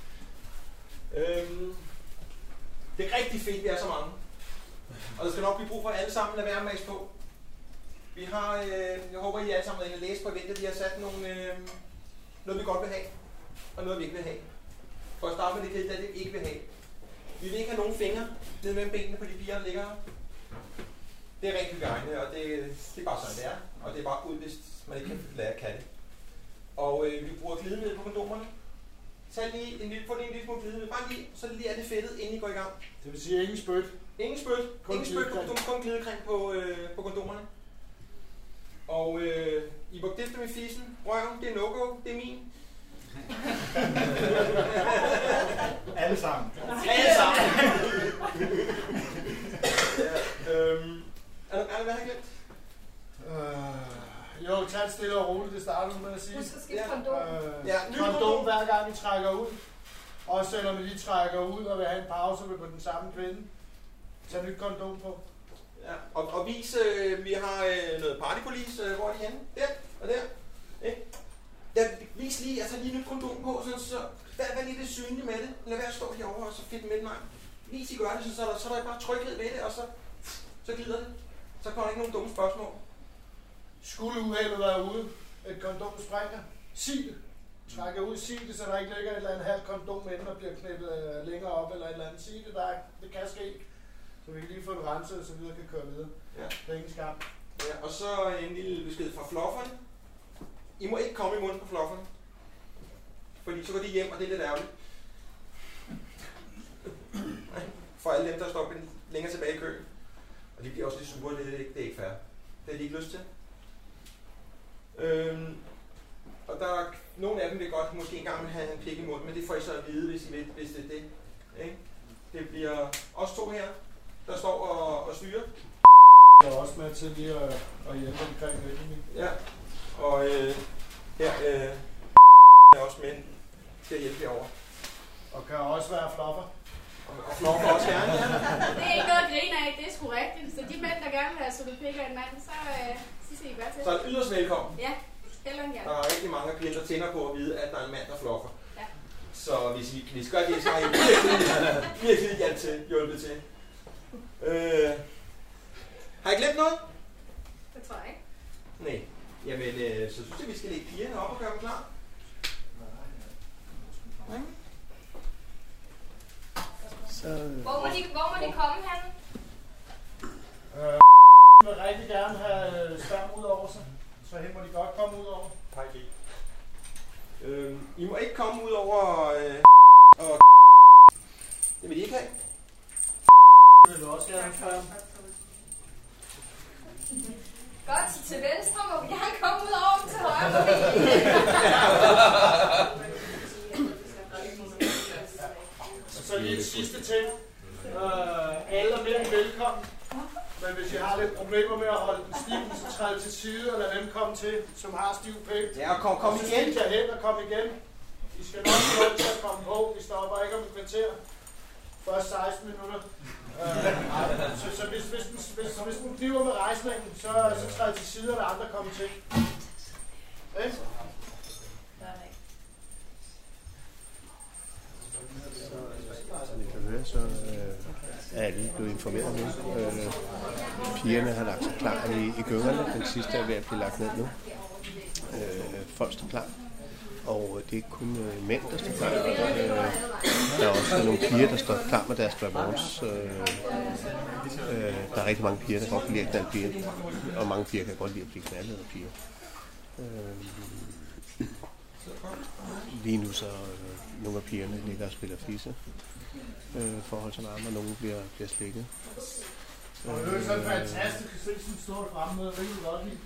Øhm, det er rigtig fedt, vi er så mange. Og der skal nok blive brug for alle sammen. Lad være med at på. Vi har, øh, jeg håber, I alle sammen har læst på eventet. Vi har sat nogle, øh, noget, vi godt vil have, og noget, vi ikke vil have. For at starte med det kedelige, det vi ikke vil have. Vi vil ikke have nogen fingre nede mellem benene på de piger, der ligger her. Det er rigtig hygiejne, og det, det er bare sådan, det er. Og det er bare ud, hvis man ikke kan lære at kan det. Og øh, vi bruger glidemiddel på kondomerne. Tag lige en lille, få lige en lille smule glidemiddel. Bare lige, så lige er det fedtet, inden I går i gang. Det vil sige ingen spyt. Ingen spyt. Kun ingen spyt på kondomerne. Kun glidecreme på, øh, på kondomerne. Og øh, I må difte med fisen. Røven, det er no-go. Det er min. Alle sammen. Alle sammen. Ja, øhm, er der, er der hvad jeg har glemt? Øh, jo, tag det stille og roligt. Det starter med at sige. Husk at skifte kondom. Øh, Ja, kondom hver gang I trækker ud. Også selvom I lige trækker ud og vil have en pause på den samme kvinde. Tag nyt kondom på. Ja, og, og vis, øh, vi har øh, noget partypolice, øh, hvor er de henne? Der og der. Ikke? Der, vis lige, altså lige nyt kondom på, sådan, så vær, vær lige lidt synlig med det. Lad være at stå herovre og så fedt med den vej. Vis, I gør det, så, så, er der, så er der bare tryghed ved det, og så, så glider det. Så kommer der ikke nogen dumme spørgsmål. Skulle uheldet være ude, et kondom springer, sig det. Trækker ud, sig det, så der ikke ligger et eller andet halvt kondom inden og bliver knippet længere op eller et eller andet. Sig det, der er, det kan ske. Så vi kan lige få det renset, så videre kan køre videre. Ja. Det er ingen skam. Ja, og så en lille besked fra flufferne. I må ikke komme i munden på flufferne. Fordi så går de hjem, og det er lidt ærgerligt. For alle dem, der står længere tilbage i køen. Og de bliver også lidt sure, det er ikke, det er ikke fair. Det har de ikke lyst til. Øhm, og der er nogle af dem vil godt måske engang vil have en pik i munden, men det får I så at vide, hvis I ved, hvis det er det. Ikke? Det bliver os to her, der står og, og styrer. Jeg er også med til lige at, at hjælpe omkring økonomi. Ja, og øh, her øh, er også mænd til at hjælpe herovre. Og kan også være flopper. Og, og flopper også gerne, ja. Det er ikke noget at grine af, det er sgu rigtigt. Så de mænd, der gerne vil have suttet pik af en mand, så, øh, så siger I bare til. Så er det yderst velkommen. Ja, heller end gerne. Der er rigtig mange klienter, der tænder på at vide, at der er en mand, der flopper. Ja. Så hvis I, hvis I gør det, så har I virkelig, virkelig hjælp til, hjulpet til. Øh, har I glemt noget? Det tror jeg ikke. Nej. Jamen, øh, så synes jeg, vi skal lægge pigerne op og gøre dem klar. Okay. Så, Hvor må de, hvor må de komme hen? Øh, vil rigtig gerne have skærm ud over sig. Så hen må de godt komme ud over. Øh, I må ikke komme ud over øh, og det vil I ikke have. Det vil du også gerne have. Godt, så til venstre må vi gerne komme ud over dem til højre forbi. Og så lige et sidste ting. Uh, alle er mere velkommen. Men hvis I har lidt problemer med at holde den stiv, så træd til side og lad dem komme til, som har stiv pæk. Ja, og kom, kom så igen. Så hen og kom igen. I skal nok få lov til at komme på. Vi stopper ikke om et kvarter. Først seksten minutter. Uh, så så hvis, hvis, hvis, hvis, hvis den bliver med rejsningen, så, så træd til side og lad andre komme til. Okay? som I kan høre, så øh, er alle blevet informeret nu. Øh, pigerne har lagt sig klar i, i gyngerne. Den sidste er ved at blive lagt ned nu. Øh, folk står klar. Og det er ikke kun øh, mænd, der står klar. Øh, der er også nogle piger, der står klar med deres strap-ons. Øh, øh, der er rigtig mange piger, der godt kan lide at knalde piger. Og mange piger kan godt lide at blive knaldet af piger. Øh, lige nu så øh, nogle af pigerne ligger og spiller fisse. Øh, forhold til varme, og nogle bliver, bliver slikket. Og det er jo sådan fantastisk at se sådan et stort fremmøde. Rigtig godt lide.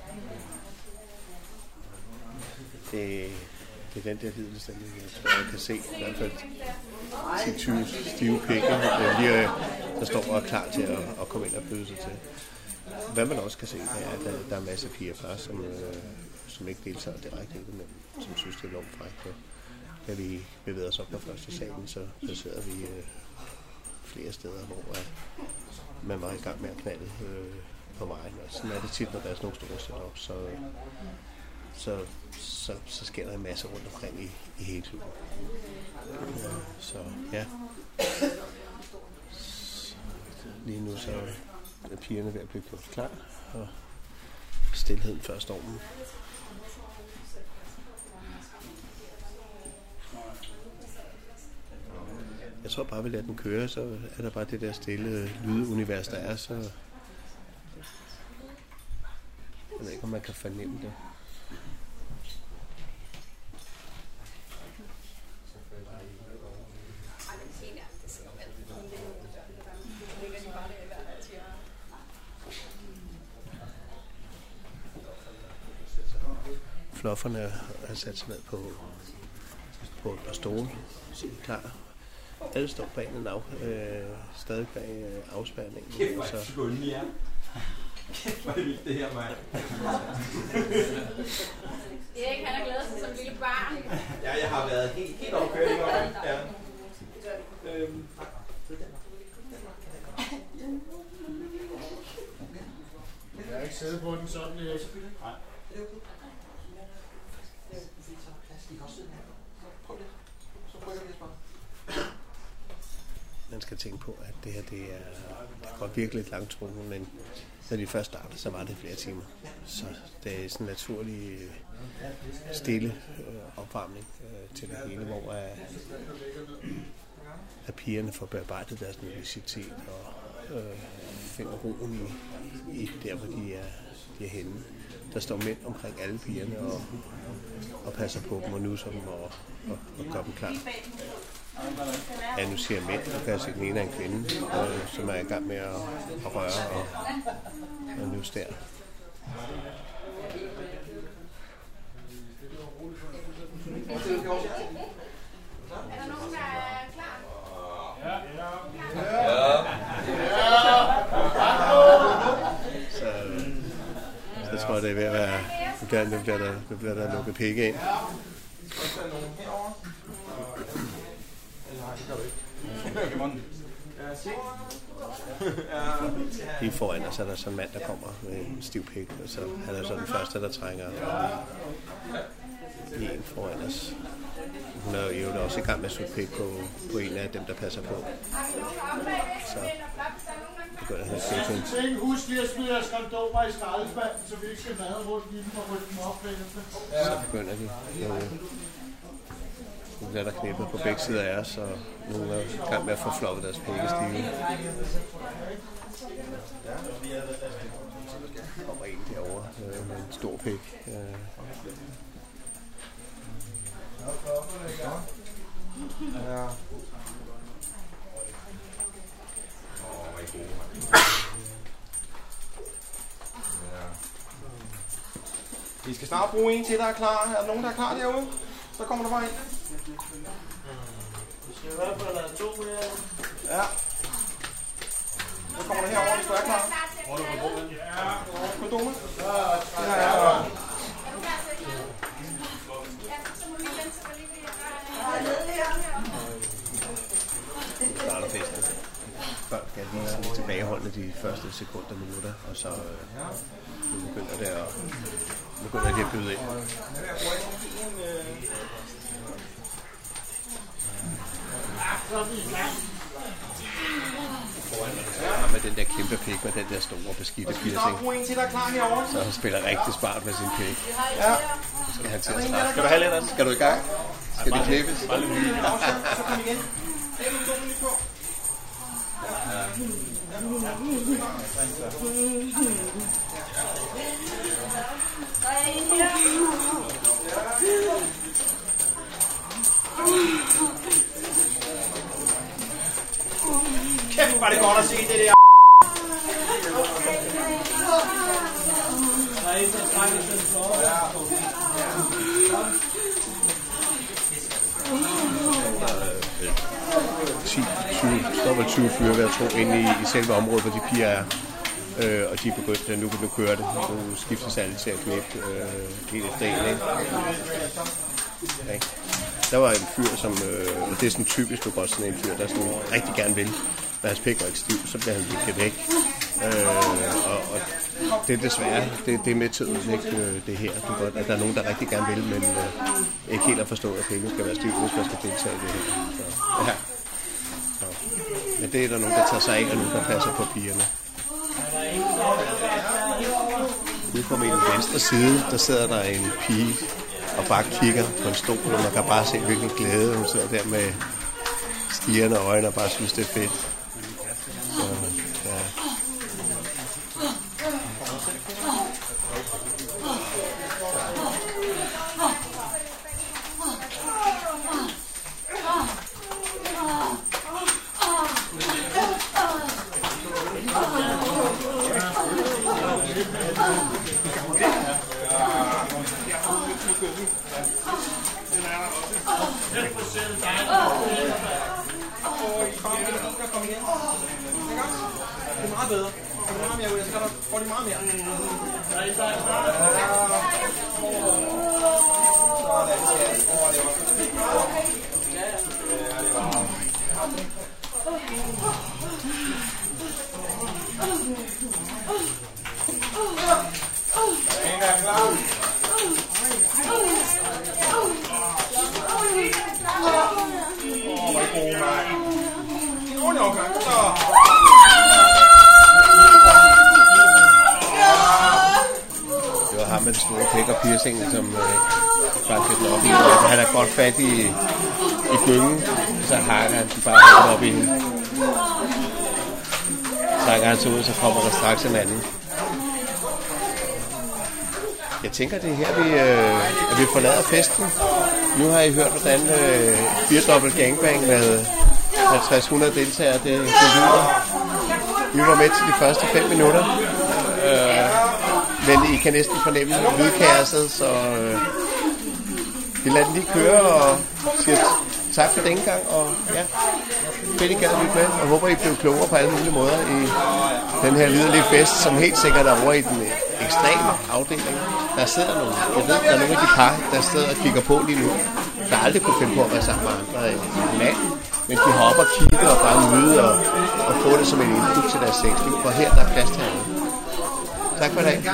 Det, det er den der lidelsesstemme, jeg tror, jeg kan se. I hvert fald til tyve stive pikke, lige, der står og er klar til at, at komme ind og bøde sig til. Hvad man også kan se, er, at der, der er masser af piger par, som, øh, som ikke deltager direkte i det, men som synes, det er enormt frækt. Da vi bevæger os op på første salen, så, så sidder vi øh, flere steder, hvor øh, man var i gang med at knalde øh, på vejen. Og sådan er det tit, når der er sådan nogle store setup. Så, så, så, så sker der en masse rundt omkring i, i hele klubben. Ja, så ja. Så, lige nu så er pigerne ved at blive gjort klar, og stilheden før stormen. Jeg tror bare, vi lader den køre, så er der bare det der stille lydeunivers, der er, så jeg ved ikke, om man kan fornemme det. Flufferne har sat sig ned på, på et par stole, så er klar. Alle står bag en af, øh, stadig bag øh, afspærringen. Kæft, hvor er det skålende, ja. Kæft, hvor er det vildt, det her, mand. Erik, han har glædet sig som lille barn. Ja, jeg har været helt, helt opkørt i morgen. Ja. Øhm. Jeg har ikke siddet på den sådan, Erik. Nej. Man skal tænke på, at det her det er, det går virkelig lidt langt trukket, men når de først startede, så var det flere timer. Så det er sådan en naturlig stille øh, opvarmning øh, til det hele, hvor at, at pigerne får bearbejdet deres nervøsitet og øh, finder roen i, i der, hvor de er, de er henne. Der står mænd omkring alle pigerne og, og passer på dem og nusser dem og, og, og gør dem klar. Ja, nu siger jeg mænd, nu kan jeg se den ene af en kvinde, øh, som er i gang med at, at røre og, og nusse der. Er der nogen, der er klar? Ja. Så, så tror jeg, det er ved at være, nu bliver, nu bliver, der, nu bliver der lukket pikke ind. Lige foran os er der sådan en mand, der kommer med en stiv pik, og så er der så den første, der trænger i en foran os. Hun er jo også i gang med at sutte pik på, på en af dem, der passer på. Så det gør det her skæft. Tænk, husk lige at smide jeres kondomer i skraldespanden, så vi ikke skal vade rundt i dem og rykke dem op bagefter. Så begynder de. Nu bliver der knippet på begge sider af os, og nogle er i gang med at få floppet deres pikke stive. Der kommer en derovre øh, med en stor pik. Øh. Ja. Vi skal snart bruge en til, der er klar. Er der nogen, der er klar derude? Så kommer der bare ind. Vi skal i hvert fald have to mere. Ja. Så kommer der herover, hvis du er klar. Hvor er du på bordet? Ja. Kondomer? Ja, ja. Er du klar til at give? Ja, så må vi vente sig lige ved at Nu starter festen. Folk skal lige sådan tilbageholde de første sekunder, minutter, og så øh, nu begynder det at, nu begynder de at byde ind. Ja, med den der kæmpe pik og den der store beskidte piercing, så spiller rigtig smart med sin pik. Ja. Så skal han til at træffe. Skal du have lidt af den? Skal du i gang? Skal det klippes? Så kom igen. Det er du dumme lige på. Kæft, var det godt at se det der. ti, tyve, står vel tyve fyre ved at tro inde i, i selve området, hvor de piger er. Øh, og de er begyndt, nu kan du køre det. Nu skiftes alle til at knippe øh, helt efter en, ikke? Okay. Der var en fyr, som, øh, det er sådan typisk for godt sådan en fyr, der sådan rigtig gerne vil. Når hans pik var ikke stiv, så bliver han viklet væk. Øh, og, og det er desværre, det, det er med til at udlægge det her. Det er godt, at der er nogen, der rigtig gerne vil, men øh, ikke helt har forstået, at penge skal være styrt, hvis man skal deltage i det her. Så, ja. Så. Men det er der nogen, der tager sig af, og nogen, der passer på pigerne. Ude på min venstre side, der sidder der en pige og bare kigger på en stol, og man kan bare se, hvilken glæde hun sidder der med stirrende øjne og bare synes, det er fedt. Så, ja. Det er meget bedre. Det er meget mere ud. Jeg skal da få det meget mere. En er klar. Det var ham med det store pæk og piercing, som øh, bankede den op i. Han er godt fat i, i gyngen, så hakker han bare op i hende. Trækker han så ud, så kommer der straks en anden. Jeg tænker, det er her, vi, øh, at vi forlader festen. Nu har I hørt, hvordan øh, firedobbelt gangbang med halvtreds hundrede deltagere, det, det lyder. Vi var med til de første fem minutter, øh, men I kan næsten fornemme lydkaoset, så øh, vi lader den lige køre og siger tak for den gang, og ja, fedt I gad at lytte med, og håber I blev klogere på alle mulige måder i den her liderlige fest, som helt sikkert er over i den ekstreme afdeling. Der sidder nogle, jeg ved, der er nogle af de par, der sidder og kigger på lige nu, der aldrig kunne finde på at være sammen med andre i natten, men de hopper og kigger og bare nyde og, og få det som en input til deres sexliv, for her der er plads til alle. Tak for i dag.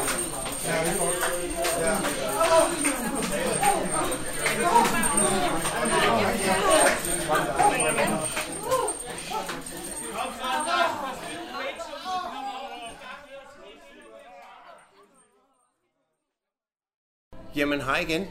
Jamen, hej igen.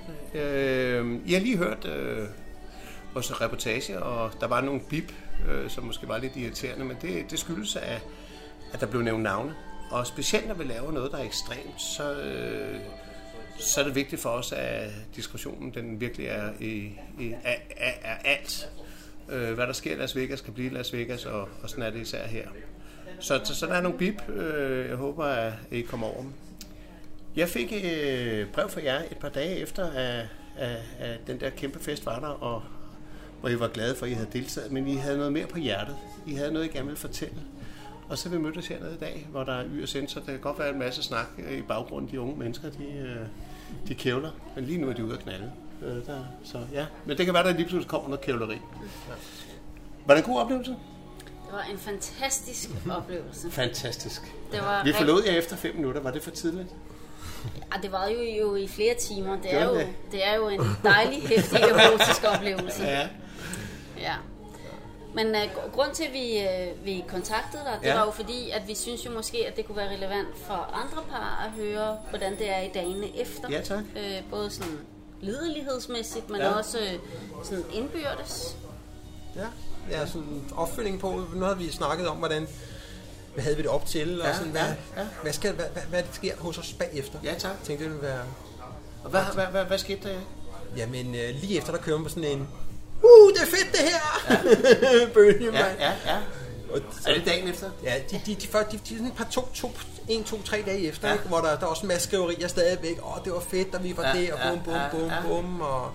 Øh, I har lige hørt øh, vores reportage, og der var nogle bip, øh, som måske var lidt irriterende, men det, det skyldes af, at der blev nævnt navne. Og specielt når vi laver noget, der er ekstremt, så, øh, så er det vigtigt for os, at diskussionen den virkelig er, i, i, er, er, er alt. Øh, hvad der sker i Las Vegas, kan blive i Las Vegas, og, og sådan er det især her. Så, så, så der er nogle bip. Øh, jeg håber, at I kommer over dem. Jeg fik et brev fra jer et par dage efter, at, at, at den der kæmpe fest var der, og hvor I var glade for, at I havde deltaget, men I havde noget mere på hjertet. I havde noget, I gerne ville fortælle. Og så vil vi mødes hernede i dag, hvor der er y og sensor. Der kan godt være en masse snak i baggrunden. De unge mennesker, de, de kævler, men lige nu er de ude at knalde. Der, så ja, men det kan være, der lige pludselig kommer noget kævleri. Ja. Var det en god oplevelse? Det var en fantastisk oplevelse. Fantastisk. Det var vi forlod jer efter fem minutter. Var det for tidligt? Ja, det var jo, jo i flere timer. Det er, jo, det er jo en dejlig, hæftig, erotisk oplevelse. Ja. Ja. Men uh, grund til, at vi, uh, vi kontaktede dig, det ja. var jo fordi, at vi synes jo måske, at det kunne være relevant for andre par at høre, hvordan det er i dagene efter. Ja, tak. Uh, både sådan liderlighedsmæssigt, men ja. også uh, sådan indbyrdes. Ja, ja, sådan opfølging på. Nu har vi snakket om, hvordan hvad havde vi det op til, og ja, sådan, hvad, ja, ja. hvad, skal, hvad, hvad, hvad sker hos os bagefter? Ja, tak. Jeg tænkte, det ville være... Og hvad, hvad, hvad, hvad skete der? Jamen, øh, lige efter, der kører man på sådan en... Uh, det er fedt, det her! Ja. Bølge, ja, ja, ja. Og, er det dagen efter? Ja, de, de, de, de, de, de sådan et par to, to, en, to, tre dage efter, ja. ikke, hvor der, der er også en masse skriverier stadigvæk. Åh, oh, det var fedt, og vi var ja, det, og bum, bum, ja, bum, ja. bum, og...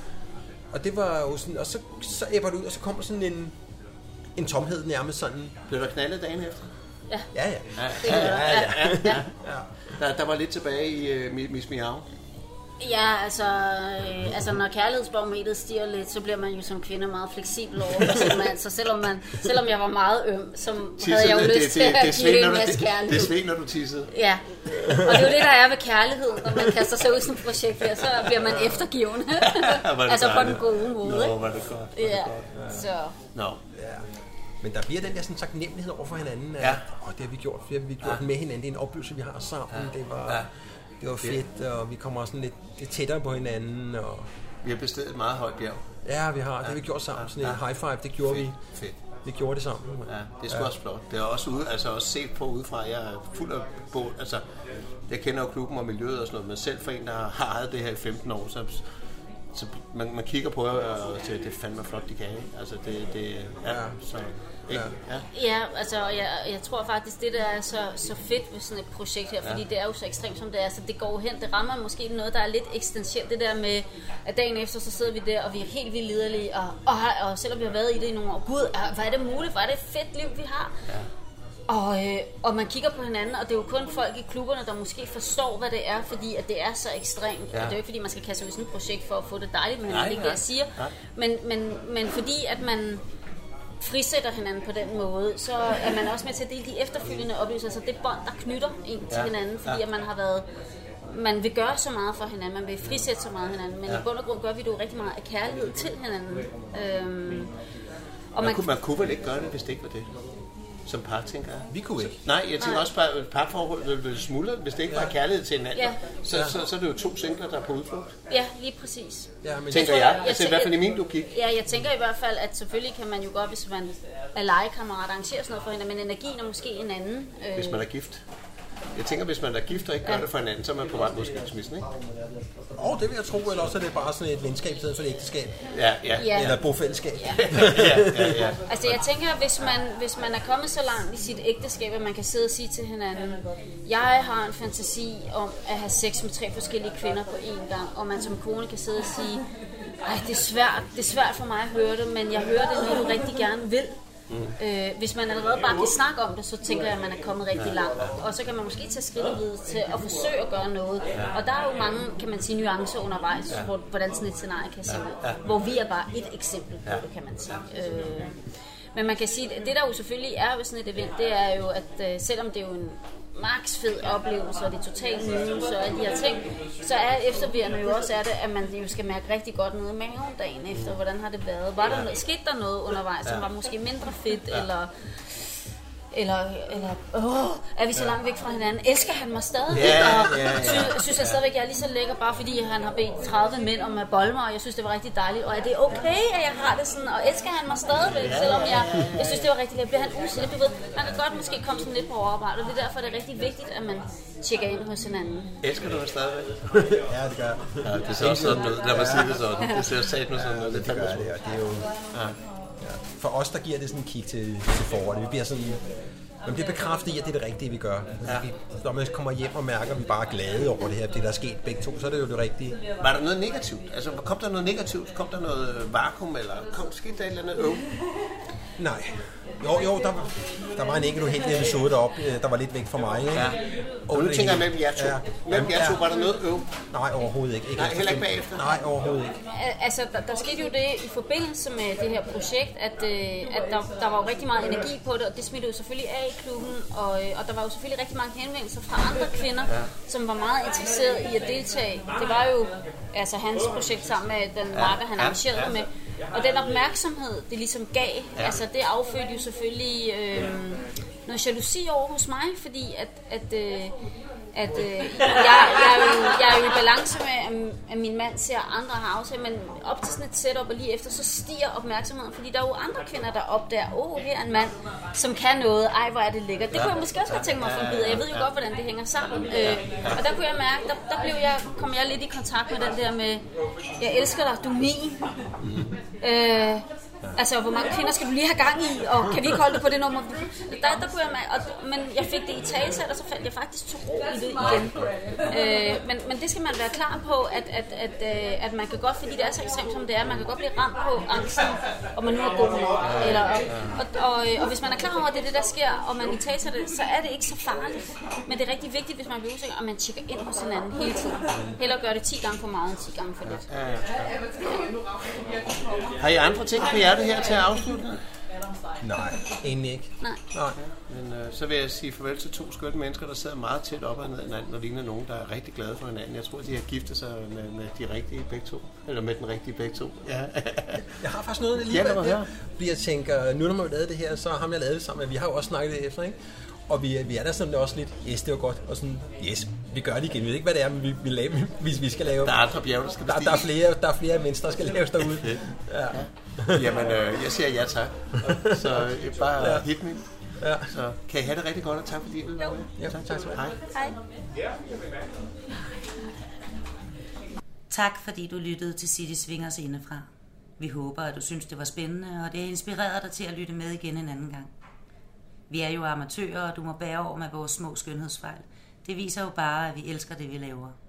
Og det var jo sådan... Og så, så æbber det ud, og så kommer sådan en... En tomhed nærmest sådan... Blev der knaldet dagen efter? Ja. Ja, ja. Ja, ja, ja, ja, ja, ja. Der, der var lidt tilbage i uh, Miss Miau. Ja, altså, øh, altså når kærlighedsbarometeret stiger lidt, så bliver man jo som kvinde meget fleksibel over for sin mand. Så selvom, man, selvom jeg var meget øm, så Tissede, havde jeg jo det, lyst det, til det, at det give sving, en du, masse det, kærlighed. det sving, når du tissede. Ja, og det er jo det, der er ved kærlighed, når man kaster sig ud i sådan et projekt her, så bliver man eftergivende. Altså på den gode måde. Nå, var det godt. Var Ja, det godt. Ja. så... Nå. Ja. Men der bliver den der sådan taknemmelighed over for hinanden. Ja. Og det har vi gjort, det har vi gjort ja. med hinanden. Det er en oplevelse, vi har sammen. Ja. Det var, ja. det var fedt, og vi kommer sådan lidt, lidt tættere på hinanden. Og... Vi har bestedet et meget højt bjerg. Ja, vi har. Det har vi gjort sammen. Sådan en high five, det gjorde fedt. vi. Fedt. Vi gjorde det sammen. Ja, det er sgu ja. også flot. Det er også ude, altså også set på udefra. Jeg er fuld af båd. Altså, jeg kender jo klubben og miljøet og sådan noget, men selv for en, der har ejet det her i femten år, så, så man, man kigger på jer og siger, det er fandme flot, de kan. Ikke? Altså, det, det ja, ja. Så, ikke? Ja. ja, altså, jeg, jeg tror faktisk, det der er så, så fedt ved sådan et projekt her, fordi ja. det er jo så ekstremt, som det er, så det går hen, det rammer måske noget, der er lidt eksistentielt, det der med, at dagen efter, så sidder vi der, og vi er helt vildt liderlige, og, og, og selvom vi har været i det i nogle år, gud, hvad er det muligt, hvad er det et fedt liv, vi har? Ja. Og, øh, og man kigger på hinanden, og det er jo kun folk i klubberne, der måske forstår, hvad det er, fordi at det er så ekstremt. Ja. Og det er jo ikke, fordi man skal kaste sig ud i sådan et projekt for at få det dejligt, men det er ikke det, jeg siger. Men, men, men fordi at man frisætter hinanden på den måde, så er man også med til at dele de efterfølgende oplevelser, altså det bånd, der knytter en til ja. hinanden, fordi ja. at man har været... Man vil gøre så meget for hinanden, man vil frisætte så meget hinanden, men ja. i bund og grund gør vi det jo rigtig meget af kærlighed til hinanden. Øhm, og man, man, kunne, man kunne vel ikke gøre det, hvis det ikke var det? Som par, tænker jeg. Vi kunne ikke. Nej, jeg tænker Nej. også bare, at parforhold ville, ville smuldre, hvis det ikke ja. var kærlighed til hinanden. Ja. Så, så, så, så er det jo to singler, der er på udflugt. Ja, lige præcis. Ja, men tænker jeg, jeg, jeg, altså i hvert fald i min logik. Ja, jeg tænker i hvert fald, at selvfølgelig kan man jo godt, hvis man er legekammerat, arrangere sådan noget for hinanden, men energien er måske en anden. Øh... Hvis man er gift. Jeg tænker, hvis man er gift og ikke gør ja. det for hinanden, så er man på vej mod skilsmissen, ikke? Åh, oh, det vil jeg tro, eller også er det bare sådan et venskab i stedet for et ægteskab. Ja, ja. ja. Eller et bofællesskab. Ja. ja, ja, ja. Altså jeg tænker, hvis man, hvis man er kommet så langt i sit ægteskab, at man kan sidde og sige til hinanden, jeg har en fantasi om at have sex med tre forskellige kvinder på én gang, og man som kone kan sidde og sige, ej, det er svært, det er svært for mig at høre det, men jeg hører det, når du rigtig gerne vil. Mm. Øh, hvis man allerede bare kan snakke om det, så tænker jeg, at man er kommet rigtig langt. Og så kan man måske tage skridtet videre til at forsøge at gøre noget. Og der er jo mange, kan man sige, nuancer undervejs, ja. hvor, hvordan sådan et scenarie kan se ud. Ja. Hvor vi er bare et eksempel på det, kan man sige. Øh, men man kan sige, at det der jo selvfølgelig er ved sådan et event, det er jo, at øh, selvom det er jo en max fed oplevelse, og det er totalt nye, så er de her ting, så er eftervirkende jo også er det, at man jo skal mærke rigtig godt noget i maven dagen efter, hvordan har det været. Var der noget, skete der noget undervejs, som var måske mindre fedt, eller... Eller, eller åh, er vi så langt væk fra hinanden? Elsker han mig stadig? Ja, ja, ja. Og synes, synes jeg stadigvæk, jeg er lige så lækker, bare fordi han har bedt tredive mænd om at bolle mig, og jeg synes, det var rigtig dejligt. Og er det okay, at jeg har det sådan? Og elsker han mig stadigvæk, selvom jeg, jeg synes, det var rigtig lækkert. Bliver han usikker? Du ved, man kan godt måske komme sådan lidt på overarbejde, og det er derfor, det er rigtig vigtigt, at man tjekker ind hos hinanden. Elsker du mig stadigvæk? Ja, det gør jeg. Ja, det ser også sådan noget. Lad mig sige det sådan. Det ser sat med sådan noget. Det gør det, og det er jo... Ja. For os, der giver det sådan en kick til, til foråret. Vi bliver sådan... Men det er bekræftet i, at det er det rigtige, vi gør. Ja. Vi, når man kommer hjem og mærker, at vi bare er glade over det her, det der er sket begge to, så er det jo det rigtige. Var der noget negativt? Altså, kom der noget negativt? Kom der noget vakuum, eller kom skete der et eller andet øv? Nej. Jo, jo, der, der var en enkelt uheldig episode deroppe, der var lidt væk fra mig. Ikke? Ja. Og nu tænker jeg mellem jer to. Ja. Mellem jer to, var der noget øv? Nej, overhovedet ikke. ikke Nej, heller ikke bagefter? Nej, overhovedet ikke. Altså, der, der skete jo det i forbindelse med det her projekt, at, øh, at der, der var jo rigtig meget energi på det, og det smittede jo selvfølgelig af i klubben, og, og der var jo selvfølgelig rigtig mange henvendelser fra andre kvinder, ja. som var meget interesserede i at deltage. Det var jo altså hans projekt sammen med den marker, han arrangerede ja. med. Og den opmærksomhed, det ligesom gav, ja. altså det affødte jo selvfølgelig øh, noget jalousi over hos mig, fordi at, at, øh, at øh, jeg, jeg, er jo, jeg er jo i balance med, at min mand ser andre har aftalt, men op til sådan et setup og lige efter, så stiger opmærksomheden, fordi der er jo andre kvinder, der opdager, åh, oh, her er en mand, som kan noget, ej, hvor er det lækkert. Det kunne jeg måske også godt tænke mig at få en bid af. Jeg ved jo godt, hvordan det hænger sammen. Øh, og der kunne jeg mærke, der, der blev jeg, kom jeg lidt i kontakt med den der med, jeg elsker dig, du er min. Øh, Ja. Altså, hvor mange kvinder skal du lige have gang i, og kan vi ikke holde det på det nummer? Der, der kunne jeg med, og, men jeg fik det i talesæt, og så faldt jeg faktisk til ro i det igen. Øh, men, men det skal man være klar på, at, at, at, at, at man kan godt, fordi det er så ekstremt som det er, man kan godt blive ramt på angsten, og man nu er god nok. Eller, og, og, og, og hvis man er klar over, at det er det, der sker, og man i talesæt det, så er det ikke så farligt. Men det er rigtig vigtigt, hvis man bliver usikker, at man tjekker ind hos hinanden hele tiden. Hellere gøre det ti gange for meget end ti gange for lidt. Ja, ja. Har I andre ting på hjertet her til at afslutte? Nej, egentlig ikke. Nej. Nej. Men øh, så vil jeg sige farvel til to skønne mennesker, der sidder meget tæt op ad hinanden, og ligner nogen, der er rigtig glade for hinanden. Jeg tror, de har giftet sig med, med de rigtige begge to. Eller med den rigtige begge to. Ja. Jeg har faktisk noget lige ja, der, fordi jeg tænker, nu når man har lavet det her, så har jeg lavet det sammen, vi har jo også snakket det efter, ikke? Og vi, vi er der sådan også lidt, yes, det var godt, og sådan, yes, vi gør det igen. Vi ved ikke, hvad det er, men vi, vi, lave, vi, vi skal lave. Der er andre bjerge, der skal der, der, er flere, der er flere mennesker, der skal laves derude. Ja. Ja. Jamen, øh, jeg siger ja tak. Så øh, bare ja. Hit me. Ja. Så kan I have det rigtig godt, og tak fordi I vil være med. Ja, tak, tak. Hej. Hej. Tak fordi du lyttede til City Swingers indefra. Vi håber, at du synes, det var spændende, og det har inspireret dig til at lytte med igen en anden gang. Vi er jo amatører, og du må bære over med vores små skønhedsfejl. Det viser jo bare, at vi elsker det, vi laver.